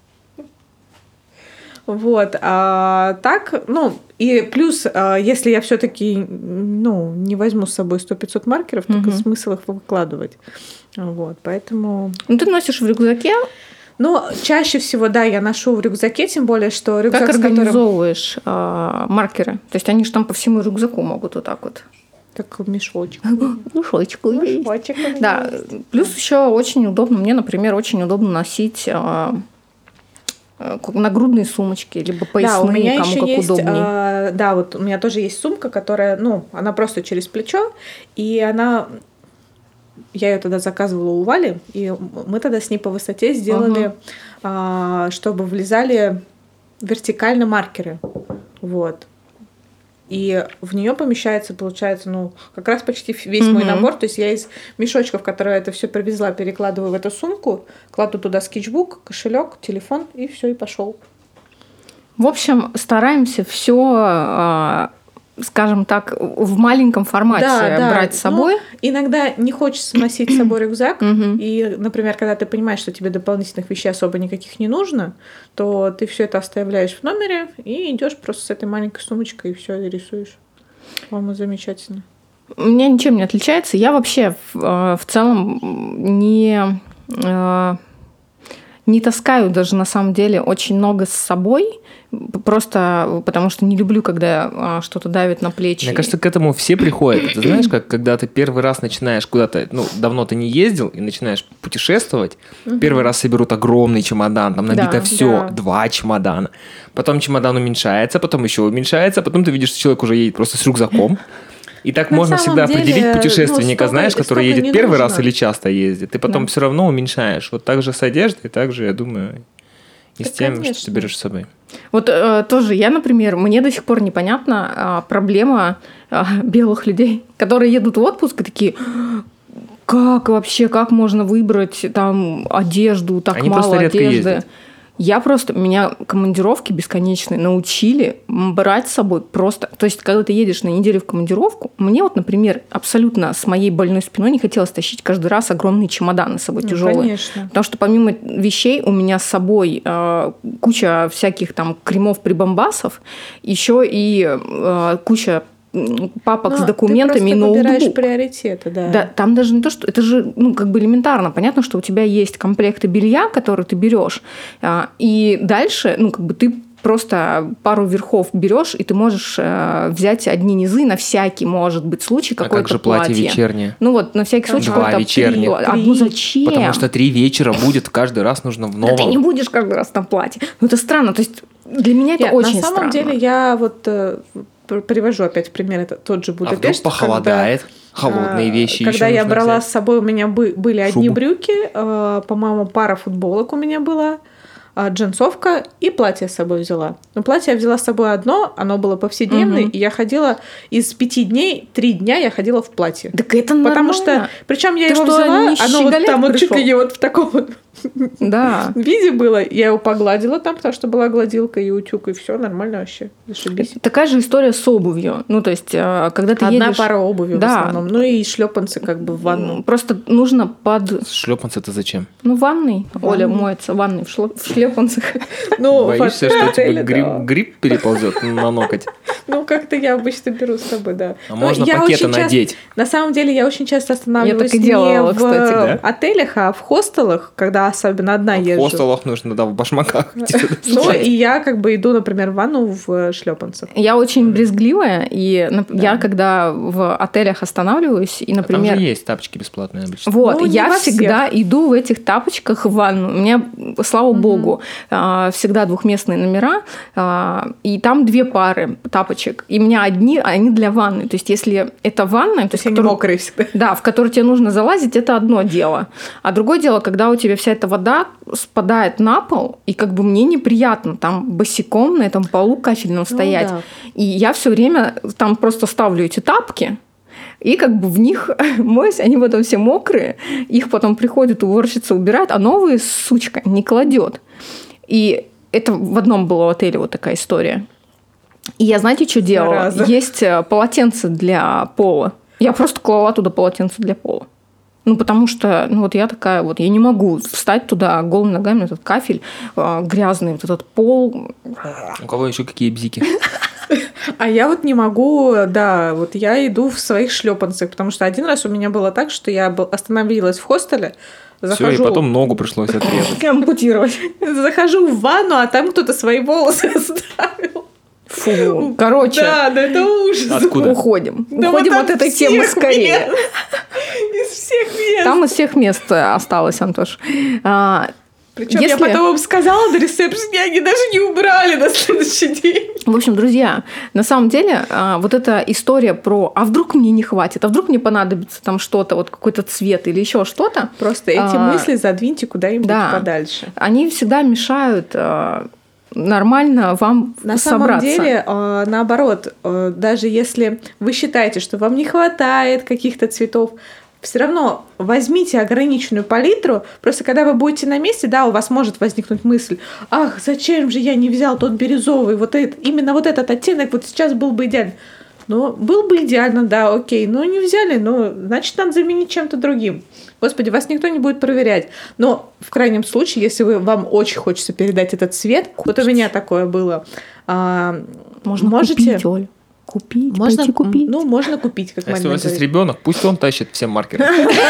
Вот. А так, и плюс, если я все-таки не возьму с собой 100-500 маркеров, так и смысл их выкладывать. Вот, поэтому... Ну, ты носишь в рюкзаке? Чаще всего, да, я ношу в рюкзаке, тем более, что рюкзак, как организовываешь маркеры? То есть они же там по всему рюкзаку могут вот так вот. Так мешочек. Мешочку есть. Да, плюс еще очень удобно, мне, например, очень удобно носить нагрудные сумочки, либо поясные, у меня кому как есть, удобнее. Да, вот у меня тоже есть сумка, которая, она просто через плечо, и я ее тогда заказывала у Вали, и мы тогда с ней по высоте сделали, чтобы влезали вертикально маркеры, вот. И в нее помещается, получается, как раз почти весь мой набор. То есть я из мешочков, которые я это все привезла, перекладываю в эту сумку, кладу туда скетчбук, кошелек, телефон, и все, и пошел. В общем, стараемся все, скажем так, в маленьком формате брать с собой. Иногда не хочется носить с собой рюкзак. И, например, когда ты понимаешь, что тебе дополнительных вещей особо никаких не нужно, то ты все это оставляешь в номере и идешь просто с этой маленькой сумочкой и все и рисуешь. По-моему, замечательно. У меня ничем не отличается. Я вообще в целом не таскаю даже на самом деле очень много с собой, просто потому что не люблю, когда что-то давит на плечи. Мне кажется, к этому все приходят. Ты знаешь, когда ты первый раз начинаешь куда-то, давно ты не ездил, и начинаешь путешествовать, первый раз себе берут огромный чемодан, там набито все, 2 чемодана. Потом чемодан уменьшается, потом еще уменьшается, потом ты видишь, что человек уже едет просто с рюкзаком. И так можно всегда определить путешественника, знаешь, который едет первый раз или часто ездит. Ты потом все равно уменьшаешь. Вот так же с одеждой, так же, я думаю, и с тем, что ты берешь с собой. Вот тоже я, например, мне до сих пор непонятна проблема белых людей, которые едут в отпуск и такие... Как можно выбрать там одежду, так Они мало редко одежды? Ездят. Меня командировки бесконечные научили брать с собой просто... То есть, когда ты едешь на неделю в командировку, мне вот, например, абсолютно с моей больной спиной не хотелось тащить каждый раз огромные чемоданы с собой тяжелые. Конечно. Потому что помимо вещей у меня с собой куча всяких там кремов-прибамбасов, еще и куча папок с документами, ты ноутбук. Ты выбираешь приоритеты, да. Да, там даже не то, что... Это же, элементарно. Понятно, что у тебя есть комплекты белья, которые ты берешь, и дальше, ты просто пару верхов берешь, и ты можешь взять одни низы на всякий, может быть, случай, какое-то как же платье вечернее? На всякий случай какое-то вечернее. Одну зачем? Потому что 3 вечера будет, каждый раз нужно в новом. Да ты не будешь каждый раз на платье. Это странно. То есть для меня это очень странно. На самом деле я привожу опять пример, это тот же Будапешт. А вдруг похолодает, холодные вещи еще когда я брала взять. с собой, у меня были одни брюки, по-моему, пара футболок у меня была, джинсовка и платье с собой взяла. Но платье я взяла с собой одно, оно было повседневное, и я ходила из 5 дней, 3 дня я ходила в платье. Так это нормально. Потому что, причем я его взяла, оно вот там вот чуть ли не вот в таком вот виде было. Я его погладила там, потому что была гладилка и утюг, и все нормально вообще. Зашибись. Такая же история с обувью. То есть, когда ты едешь... Одна пара обуви в основном. И шлепанцы в ванну. Просто нужно под... Шлепанцы это зачем? В ванной. Оля моется в ванной в шлепанцах. Боишься, что тебе гриб переползет на ноготь? Как-то я обычно беру с собой, да. А можно пакеты надеть. На самом деле, я очень часто останавливаюсь не в отелях, а в хостелах, когда особенно одна езжу. В хостелах нужно, в башмаках. И я иду, например, в ванну в шлепанцах. Я очень брезгливая, и я когда в отелях останавливаюсь, и, например... Там же есть тапочки бесплатные обычно. Вот, я всегда иду в этих тапочках в ванну. У меня, слава богу, всегда двухместные номера, и там 2 пары тапочек. И у меня они для ванны. То есть, если это ванная... То есть, они мокрые всегда. Да, в которую тебе нужно залазить, это одно дело. А другое дело, когда у тебя вся эта вода спадает на пол, и мне неприятно там босиком на этом полу кафельном стоять. Да. И я все время там просто ставлю эти тапки, и как бы в них моюсь, они потом все мокрые, их потом приходит уборщица, убирает, а новые, сучка, не кладет. И это в одном было отеле вот такая история. И я, знаете, что делала? Есть полотенце для пола. Я просто клала туда полотенце для пола. Ну, потому что, ну, вот я такая вот, я не могу встать туда голыми ногами, этот кафель грязный, вот этот пол. У кого еще какие бзики? А я вот не могу, да, вот я иду в своих шлепанцах, потому что один раз у меня было так, что я остановилась в хостеле, захожу... Все, и потом ногу пришлось отрезать. Ампутировать. Захожу в ванну, а там кто-то свои волосы оставил. Фу, короче. Да, это ужас. Откуда? Уходим. Да Уходим вот от этой темы скорее. Из всех мест. Там из всех мест осталось, Антош. Причем я потом им сказала на ресепшене, они даже не убрали на следующий день. В общем, друзья, на самом деле, вот эта история про «а вдруг мне не хватит?», «а вдруг мне понадобится там что-то, вот какой-то цвет или еще что-то». Просто эти мысли задвиньте куда-нибудь подальше. Они всегда мешают нормально вам на собраться. На самом деле, наоборот, даже если вы считаете, что вам не хватает каких-то цветов, все равно возьмите ограниченную палитру, просто когда вы будете на месте, да, у вас может возникнуть мысль: ах, зачем же я не взял тот бирюзовый, вот этот, именно вот этот оттенок вот сейчас был бы идеально. Ну, был бы идеально, да, окей, но не взяли, ну, значит, надо заменить чем-то другим. Господи, вас никто не будет проверять. Но в крайнем случае, если вам очень хочется передать этот цвет, вот у меня такое было. Можете купить, Оль. Купить, можно купить. Ну, можно купить, как если у вас есть ребенок, пусть он тащит все маркеры.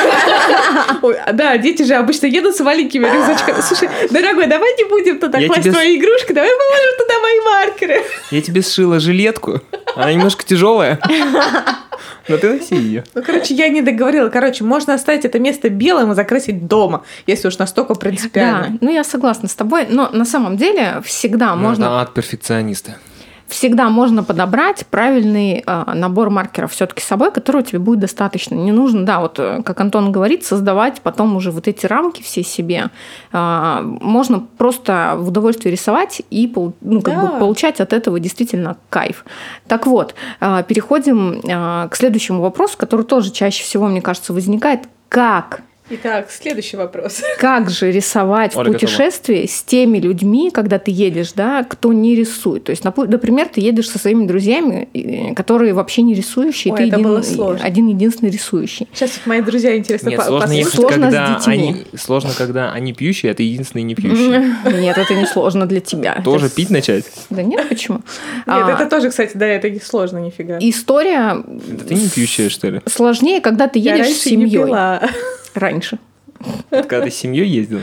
Да, дети же обычно едут с маленькими рюкзачками. Слушай, дорогой, давай не будем туда класть твои игрушки, давай положим туда мои маркеры. Я тебе сшила жилетку, она немножко тяжелая, но ты носи ее. Ну, короче, я не договорила. Короче, можно оставить это место белым и закрасить дома, если уж настолько принципиально. Да, ну я согласна с тобой, но на самом деле всегда можно... От перфекциониста. Всегда можно подобрать правильный набор маркеров все-таки с собой, которого тебе будет достаточно. Не нужно, да, вот как Антон говорит, создавать потом уже вот эти рамки все себе. Можно просто в удовольствие рисовать и как бы получать от этого действительно кайф. Так вот, переходим к следующему вопросу, который тоже чаще всего, мне кажется, возникает. Как? Итак, следующий вопрос. Как же рисовать в путешествии с теми людьми, когда ты едешь, да, кто не рисует? То есть, например, ты едешь со своими друзьями, которые вообще не рисующие, Ой, ты один-единственный рисующий. Сейчас мои друзья, интересно, сложно с детьми. Сложно, когда они пьющие, а ты единственный не пьющий. Нет, это не сложно для тебя. Тоже пить начать? Да нет, почему? Нет, это тоже, кстати, да, это не сложно, нифига. История... Ты не пьющая, что ли? Сложнее, когда ты едешь с семьей. Раньше. Когда ты с семьей ездила?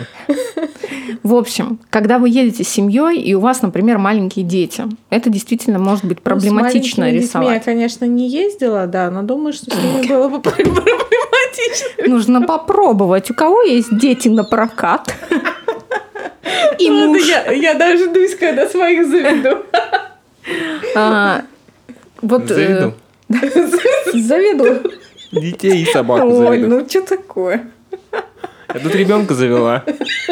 В общем, когда вы едете с семьей, и у вас, например, маленькие дети, это действительно может быть проблематично рисовать. С маленькими детьми я, конечно, не ездила, да, но думаю, что с ними было бы проблематично. Нужно попробовать. У кого есть дети на прокат? И муж. Я дождусь, когда своих заведу. Заведу? Заведу. Детей и собаку заведу. Ой, ну что такое? Я тут ребенка завела.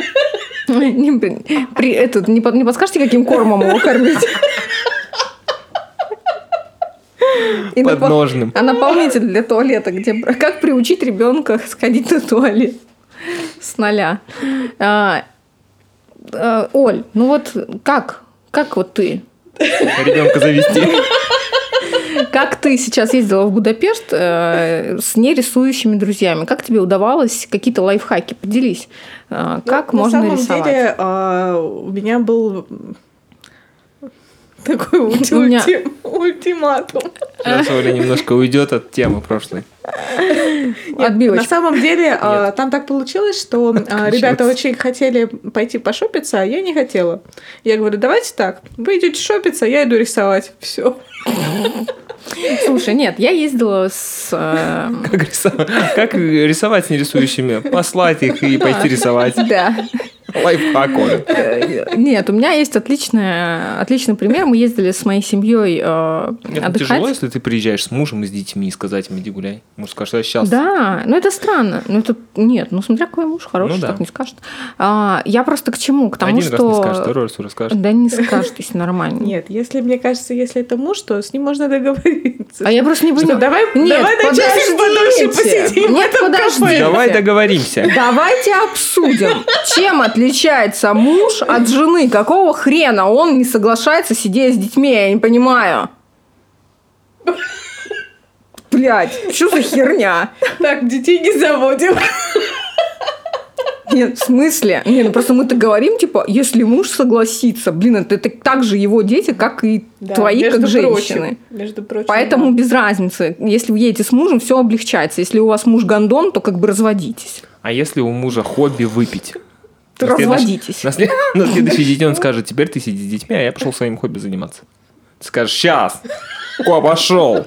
Не подскажете, каким кормом его кормить? Подножным. А наполнитель для туалета, где как приучить ребенка сходить на туалет с нуля? Оль, ну вот как вот ты? Ребенка завести. Как ты сейчас ездила в Будапешт с нерисующими друзьями? Как тебе удавалось какие-то лайфхаки? Поделись. Как можно рисовать? На самом деле у меня был такой ультиматум. Сейчас Оля немножко уйдет от темы прошлой. На самом деле там так получилось, что ребята очень хотели пойти пошопиться, а я не хотела. Я говорю, давайте так, вы идете шопиться, я иду рисовать. Все. Слушай, нет, я ездила с... Как рисовать с нерисующими? Послать их и пойти рисовать. Да. Лайфхак, Оля. Нет, у меня есть отличный пример. Мы ездили с моей семьей отдыхать. Тяжело, если ты приезжаешь с мужем и с детьми и сказать им, иди гуляй. Муж скажет, что сейчас... Да, но это странно. Нет, смотря какой муж хороший, так не скажет. Я просто к чему? К тому, что... Один раз не скажет, второй раз уже скажет. Да не скажет, если нормально. Нет, мне кажется, если это муж, то с ним можно договориться. согласиться. А я просто не понимаю. Давай на часик подольше посидим. Нет, подождите. Давай договоримся. Давайте обсудим, чем отличается муж от жены. Какого хрена он не соглашается сидеть с детьми? Я не понимаю. Блядь, что за херня? Так, детей не заводим. Нет, в смысле? Не, ну просто мы-то говорим, типа, если муж согласится, блин, это так же его дети, как и твои, как женщины. Между прочим. Поэтому без разницы. Если вы едете с мужем, все облегчается. Если у вас муж гондон, то как бы разводитесь. А если у мужа хобби выпить? То разводитесь. На следующий день он скажет, теперь ты сиди с детьми, а я пошел своим хобби заниматься. Ты скажешь, сейчас, куда пошел?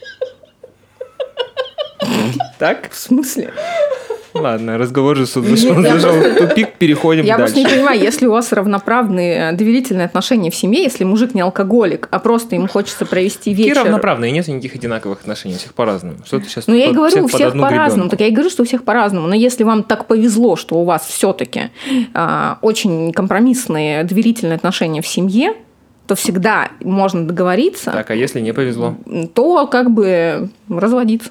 Так? В смысле? Ладно, разговор же зашел в тупик, переходим Я дальше. просто не понимаю, если у вас равноправные доверительные отношения в семье, если мужик не алкоголик, а просто ему хочется провести вечер... Какие равноправные? Нет никаких одинаковых отношений, у всех по-разному. Что ты сейчас Ну, я и говорю, у всех одну по-разному. гребенку? Так я и говорю, что у всех по-разному. Но если вам так повезло, что у вас все-таки очень компромиссные доверительные отношения в семье, то всегда можно договориться, Так, а если не повезло? то как бы разводиться.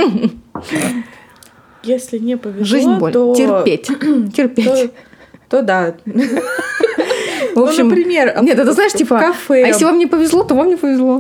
Если не повезло, Жизнь боль. то... Терпеть. То да. В общем, например, нет, это знаешь, типа, кафе. а если вам не повезло, то вам не повезло.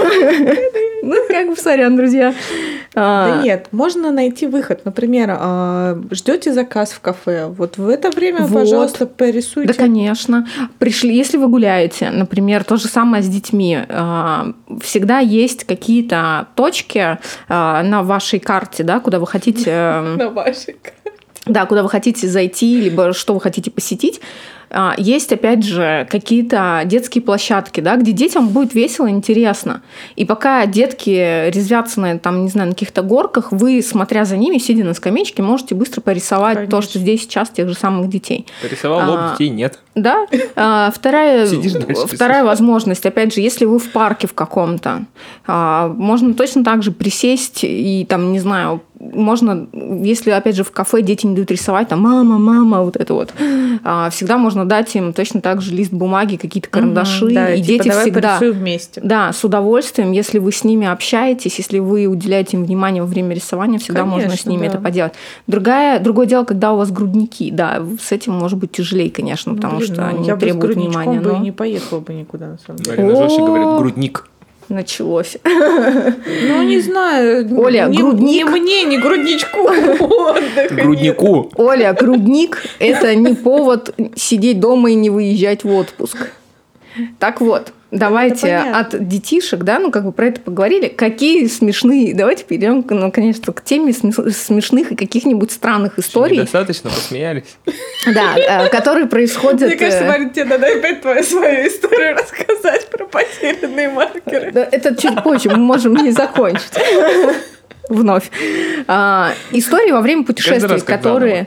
Ну, как бы, сорян, друзья. Да нет, можно найти выход. Например, ждете заказ в кафе. Вот в это время, Вот. пожалуйста, порисуйте. Да, конечно. Пришли, если вы гуляете, например, то же самое с детьми. Всегда есть какие-то точки на вашей карте, да, куда вы хотите... На вашей карте. Да, куда вы хотите зайти, либо что вы хотите посетить. Есть, опять же, какие-то детские площадки, да, где детям будет весело и интересно. И пока детки резвятся на, там, не знаю, на каких-то горках, вы, смотря за ними, сидя на скамеечке, можете быстро порисовать Конечно. то, что здесь сейчас тех же самых детей. Порисовал лоб, детей нет. Да. Вторая Сидишь дальше вторая возможность, опять же, если вы в парке в каком-то, можно точно так же присесть и, там, не знаю, можно, если, опять же, в кафе дети не дают рисовать, там, мама, вот это вот, всегда можно дать им точно так же лист бумаги, какие-то карандаши, Да, и типа, дети давай всегда... порисуем вместе. Да, с удовольствием, если вы с ними общаетесь, если вы уделяете им внимание во время рисования, всегда можно с Конечно, ними да. это поделать. Другое дело, когда у вас грудники, да, с этим может быть тяжелее, конечно, потому что они я бы с требуют грудничком внимания. бы Но не поехала бы никуда, на самом деле. Марина Жорстче говорит, грудник. началось. Ну, не знаю. Оля, грудник. Не мне, не грудничку. Груднику. Оля, грудник – это не повод сидеть дома и не выезжать в отпуск. Так вот, давайте от детишек, да, ну как бы про это поговорили. Какие смешные, давайте перейдем, наконец-то, к теме смешных и каких-нибудь странных историй. Достаточно посмеялись. Да, которые происходят... Мне кажется, Марин, тебе надо опять свою историю рассказать про потерянные маркеры. Это чуть позже, мы можем не закончить. Вновь. Истории во время путешествий, которые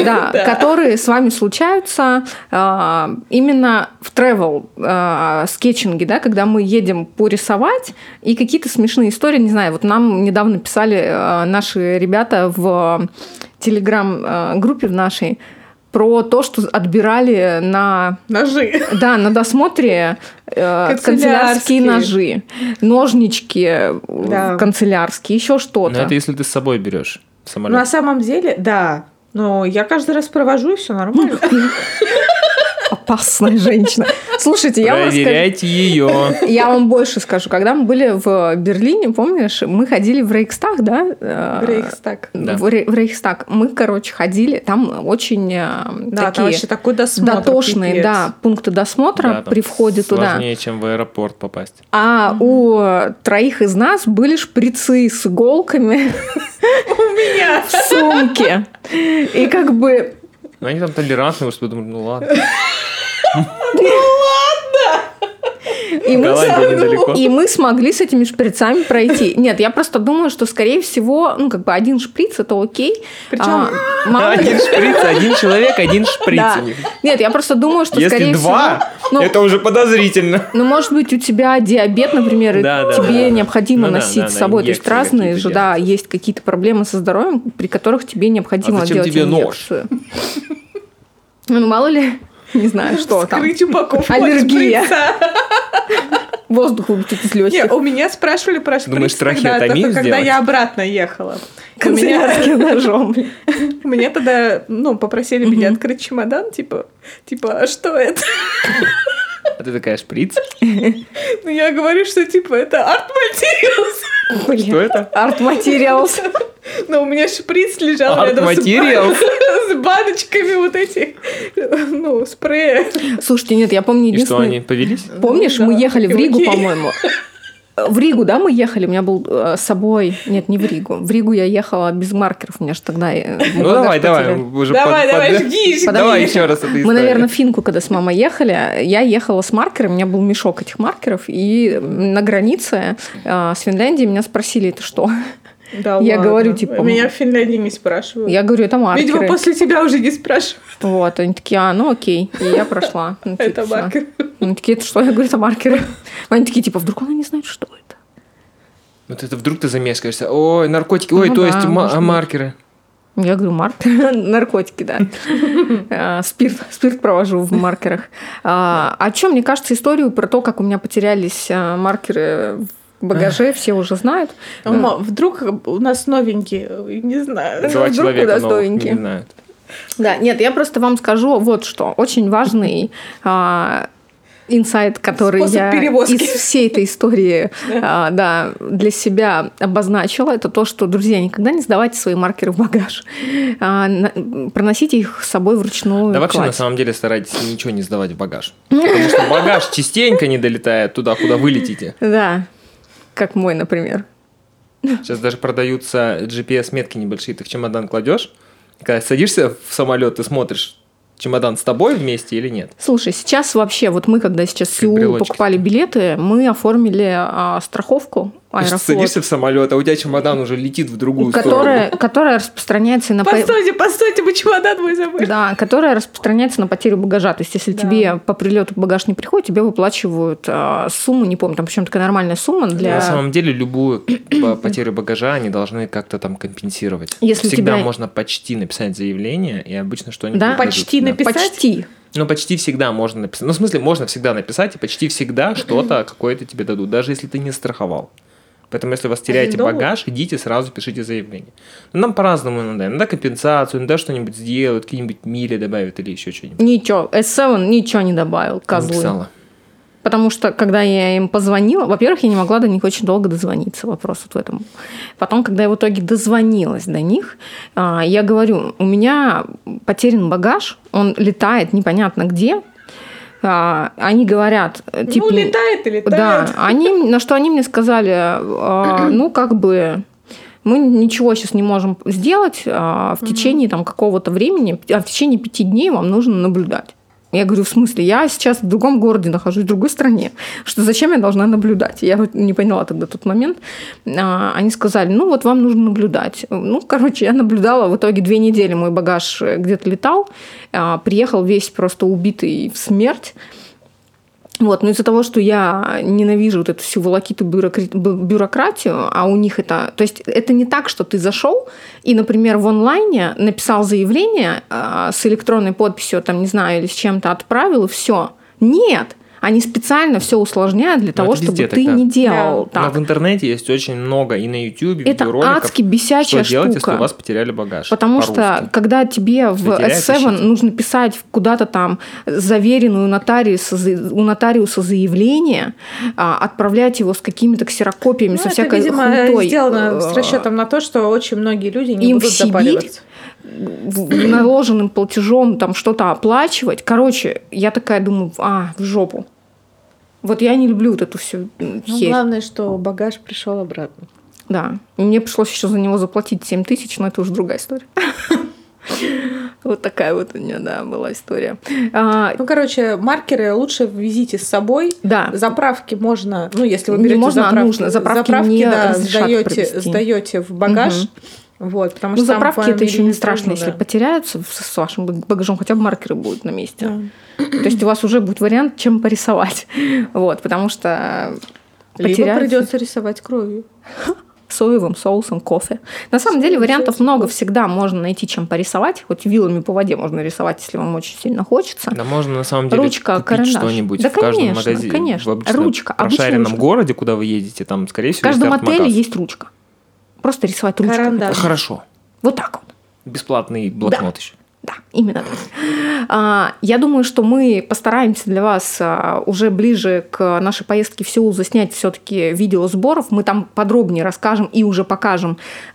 с вами случаются именно в travel скетчинге, да, когда мы едем порисовать, и какие-то смешные истории, не знаю, вот нам недавно писали наши ребята в телеграм-группе в нашей про то, что отбирали на... Ножи. Да, на досмотре канцелярские ножи, ножнички канцелярские, еще что-то. Но это если ты с собой берешь в самолет. На самом деле, да. Но я каждый раз провожу, и все нормально. Опасная женщина. Слушайте, проверяйте ее. Я вам больше скажу. Когда мы были в Берлине, помнишь, мы ходили в Рейхстаг, да? В Рейхстаг. В Рейхстаг. Мы, короче, ходили. Там очень такой досмотр, дотошные, пипец. да, пункты досмотра при входе туда. Сложнее, чем в аэропорт попасть. А у троих из нас были шприцы с иголками У меня в сумке. И как бы... Ну, они там толерантные, может, подумали, ну ладно. И мы смогли с этими шприцами пройти. Нет, я просто думаю, что, скорее всего, ну, как бы один шприц – это окей. Причем один шприц, один человек, один шприц. Да. Нет, я просто думаю, что, скорее всего... Если два, это уже подозрительно. Ну, может быть, у тебя диабет, например, и тебе необходимо носить с собой. То есть разные же, да, есть какие-то проблемы со здоровьем, при которых тебе необходимо делать инъекцию. Ну, мало ли, не знаю, что там. Скрыть упаковку аллергия. воздух улетит из легких. Нет, у меня спрашивали про шприц. Думаешь, трахеотомию когда сделать? я обратно ехала. Канцелярским ножом. Меня тогда, попросили меня открыть чемодан, типа, а что это? А ты такая, шприц? Ну, я говорю, что, типа, это Art Materials. Что это? Art Materials. Но у меня шприц лежал Art рядом Materials? с баночками вот этих, спрея. Слушайте, нет, я помню И что, единственное... они повелись? Помнишь, Да, мы ехали в Ригу, окей. по-моему. В Ригу, да, мы ехали? У меня был с собой... Нет, не в Ригу. В Ригу я ехала без маркеров. У меня же тогда... Ну, давай, уже Давай, жги. Давай еще раз эту историю. Мы, наверное, в Финку, когда с мамой ехали, я ехала с маркером, у меня был мешок этих маркеров, и на границе с Финляндией меня спросили, это что? Да Я ладно. говорю, типа... Меня в Финляндии не спрашивают. Я говорю, это маркеры. Видимо, после тебя уже не спрашивают. Вот, они такие, ну окей. И я прошла. Ну, типа, Это всё. маркер. Они такие, это что? Я говорю, это маркеры. Они такие, типа, вдруг она не знает, что это. Вот это вдруг ты замешкаешься. Ой, наркотики. Ой, Ну то да, есть может быть. маркеры. Я говорю, наркотики, да. Спирт провожу в маркерах. О чем, мне кажется, историю про то, как у меня потерялись маркеры в багаже, все уже знают. Вдруг у нас новенькие, не знаю. Два Вдруг человека куда новых стоенькие. не знают. Да, нет, я просто вам скажу вот что. Очень важный инсайт, который Способ я перевозки. из всей этой истории для себя обозначила, это то, что, друзья, никогда не сдавайте свои маркеры в багаж. Проносите их с собой вручную. Да вообще, на кладь. самом деле, старайтесь ничего не сдавать в багаж. Потому что багаж частенько не долетает туда, куда вы летите. Да, как мой, например. Сейчас даже продаются GPS-метки небольшие. Ты в чемодан кладешь, когда садишься в самолет, ты смотришь, чемодан с тобой вместе или нет. Слушай, сейчас вообще, вот мы, когда сейчас в Сеул брелочки. покупали билеты, мы оформили страховку Ты Аэрофлот, садишься в самолет, а у тебя чемодан уже летит в другую которая распространяется на... Постойте, мы чемодан мой забыли. Да, которая распространяется на потерю багажа. То есть, если Да. тебе по прилету багаж не приходит, тебе выплачивают сумму, не помню, там причем такая нормальная сумма для... На самом деле, любую потерю багажа они должны как-то там компенсировать. Если Всегда тебя- можно почти написать заявление, и обычно что-нибудь Да? выдадут. Почти Да. написать? Почти. Ну, почти всегда можно написать. Ну, в смысле, можно всегда написать, и почти всегда что-то какое-то тебе дадут, даже если ты не страховал. Поэтому, если у вас теряете $1. багаж, идите сразу пишите заявление. Но нам по-разному иногда. Иногда компенсацию, иногда что-нибудь сделают, какие-нибудь мили добавят или еще что-нибудь. Ничего, S7 ничего не добавил, козлы. Написала. Потому что, когда я им позвонила, во-первых, я не могла до них очень долго дозвониться, вопрос вот в этом. Потом, когда я в итоге дозвонилась до них, я говорю, у меня потерян багаж, он летает непонятно где. Они говорят, типа... Ну, летает и летает. Да, на что они мне сказали, ну, как бы... Мы ничего сейчас не можем сделать в течение там, какого-то времени, в течение 5 дней вам нужно наблюдать. Я говорю, в смысле, я сейчас в другом городе нахожусь, в другой стране. Что зачем я должна наблюдать? Я вот не поняла тогда тот момент. Они сказали, ну вот вам нужно наблюдать. Ну, короче, я наблюдала. В итоге 2 недели мой багаж где-то летал. Приехал весь просто убитый в смерть. Вот, но из-за того, что я ненавижу вот эту всю волокиту бюрократию, а у них это... То есть это не так, что ты зашел и, например, в онлайне написал заявление с электронной подписью, там, не знаю, или с чем-то отправил, и все. Нет! Они специально все усложняют для того, это чтобы везде ты так, да. не делал Но так. в интернете есть очень много, и на YouTube, Это видеороликов, адски бесячая что делать, если штука. у вас потеряли багаж. Потому по-русски. что, когда тебе в теряешь, S7 ищите. нужно писать куда-то там заверенную у нотариуса заявление, отправлять его с какими-то ксерокопиями, со Это, всякой видимо, хуетой. сделано с расчетом на то, что очень многие люди не Им будут в Сибирь запариваться. наложенным платежом там что-то оплачивать. Короче, я такая думаю, в жопу. Вот я не люблю вот эту всю Ну, херь. главное, что багаж пришел обратно. Да. И мне пришлось еще за него заплатить 7 тысяч, но это уже другая история. Вот такая вот у меня, да, была история. Ну, короче, маркеры лучше везите с собой. Да. Заправки можно, ну, если вы Не берете можно, а заправки, нужно. Заправки не да, разрешат провести. сдаете в багаж. Вот, потому Ну, что там заправки по это еще не миллилитру, страшно, если да. потеряются с вашим багажом, хотя бы маркеры будут на месте. Да. То есть у вас уже будет вариант, чем порисовать. Вот, потому что Либо потеряются. придется рисовать кровью. соевым соусом кофе. На самом деле вариантов много, всегда можно найти, чем порисовать. Хоть вилами по воде можно рисовать, если вам очень сильно хочется. Да можно на самом деле ручка, купить карандаш. что-нибудь да, в каждом конечно, магазине. Конечно. В Ручка. прошаренном городе, куда вы едете, там, скорее всего, в каждом есть отеле арт-магаз. есть ручка. Просто рисовать ручкой. Карандаш. Хорошо. Вот так вот. Бесплатный блокнот еще. Да, именно так. Я думаю, что мы постараемся для вас уже ближе к нашей поездке в Сеул заснять все-таки видео сборов. Мы там подробнее расскажем и уже покажем,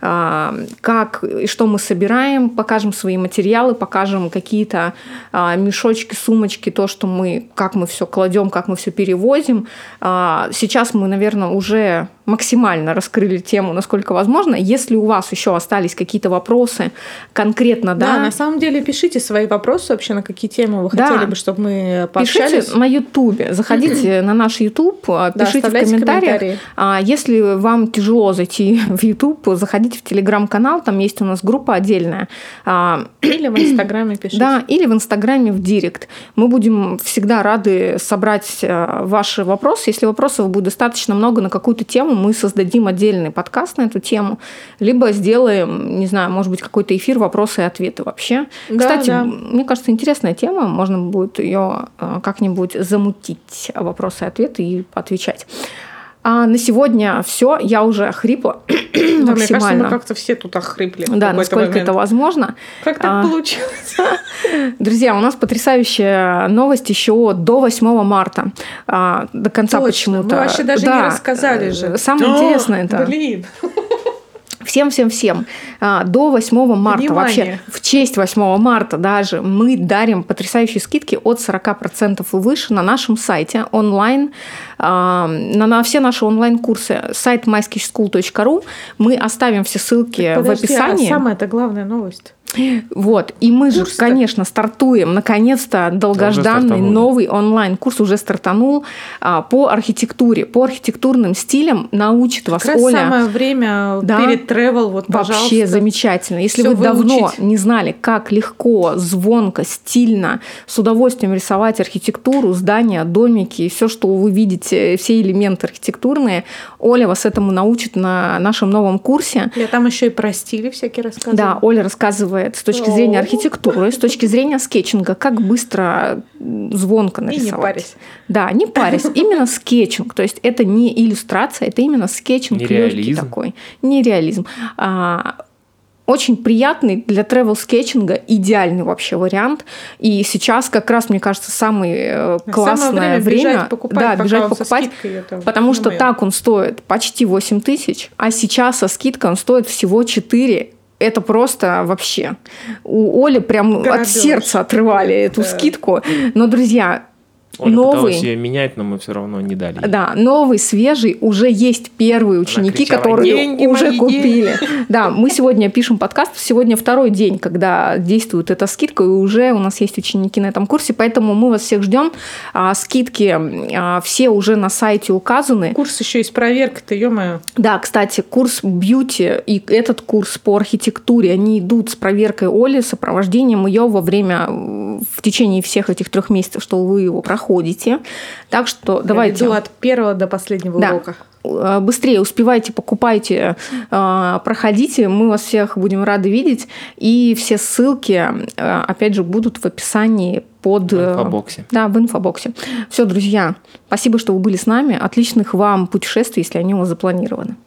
как и что мы собираем, покажем свои материалы, покажем какие-то мешочки, сумочки, то, что мы, как мы все кладем, как мы все перевозим. Сейчас мы, наверное, уже максимально раскрыли тему, насколько возможно. Если у вас еще остались какие-то вопросы конкретно, да, на самом деле пишите свои вопросы вообще, на какие темы вы хотели бы, чтобы мы пообщались. Пишите на Ютубе, заходите на наш Ютуб, пишите в комментариях. Если вам тяжело зайти в Ютуб, заходите в Телеграм-канал, там есть у нас группа отдельная. Или в Инстаграме пишите. Да, или в Инстаграме в Директ. Мы будем всегда рады собрать ваши вопросы. Если вопросов будет достаточно много на какую-то тему, мы создадим отдельный подкаст на эту тему, либо сделаем, не знаю, может быть, какой-то эфир «Вопросы и ответы» вообще. Да, кстати, да. мне кажется, интересная тема, можно будет ее как-нибудь замутить, «Вопросы и ответы» и отвечать. А на сегодня все, я уже охрипла максимально. Мне кажется, мы как-то все тут охрипли. Да, насколько это возможно. Как так получилось? Друзья, у нас потрясающая новость еще до 8 марта. До конца почему-то. Мы вообще даже не рассказали же. Самое интересное это... Блин. Всем-всем-всем. До 8 марта, Внимание. вообще в честь 8 марта даже, мы дарим потрясающие скидки от 40% и выше на нашем сайте онлайн, на все наши онлайн-курсы. Сайт mysketchschool.ru. Мы оставим все ссылки в описании. Самая-то главная новость. Вот. И мы же, конечно, стартуем, наконец-то, долгожданный новый онлайн-курс уже стартанул по архитектуре, по архитектурным стилям. Научит вас как раз Оля. Самое время перед travel, вот, Вообще пожалуйста. замечательно. Если Всё вы давно выучить. не знали, как легко, звонко, стильно, с удовольствием рисовать архитектуру, здания, домики и все, что вы видите, все элементы архитектурные, Оля вас этому научит на нашем новом курсе. Я там еще и про стили всякие рассказываю. Да, Оля рассказывает с точки зрения архитектуры, с точки зрения скетчинга, как быстро, звонко нарисовать. И не парясь. Да, не парясь. Именно скетчинг. То есть это не иллюстрация, это именно скетчинг легкий такой. Нереализм. Очень приятный для тревел-скетчинга, идеальный вообще вариант. И сейчас как раз, мне кажется, самое классное время бежать покупать, потому что так он стоит почти 8 тысяч, а сейчас со скидкой он стоит всего 4. Это просто вообще. У Оли прям от сердца отрывали эту скидку. Но, друзья, Оля новый, пыталась ее менять, но мы все равно не дали. Да, новый, свежий, уже есть первые ученики, кричала, которые уже купили. Да, мы сегодня пишем подкаст, сегодня второй день, когда действует эта скидка, и уже у нас есть ученики на этом курсе, поэтому мы вас всех ждем. Скидки все уже на сайте указаны. Курс еще и с проверкой-то, ё-моё. Да, кстати, курс бьюти и этот курс по архитектуре, они идут с проверкой Оли, сопровождением ее в течение всех этих 3 месяцев, что вы его проходите. Так что давайте. Я веду от первого до последнего урока. Быстрее успевайте, покупайте, проходите. Мы вас всех будем рады видеть. И все ссылки, опять же, будут в описании под... В инфобоксе. Да, в инфобоксе. Все, друзья, спасибо, что вы были с нами. Отличных вам путешествий, если они у вас запланированы.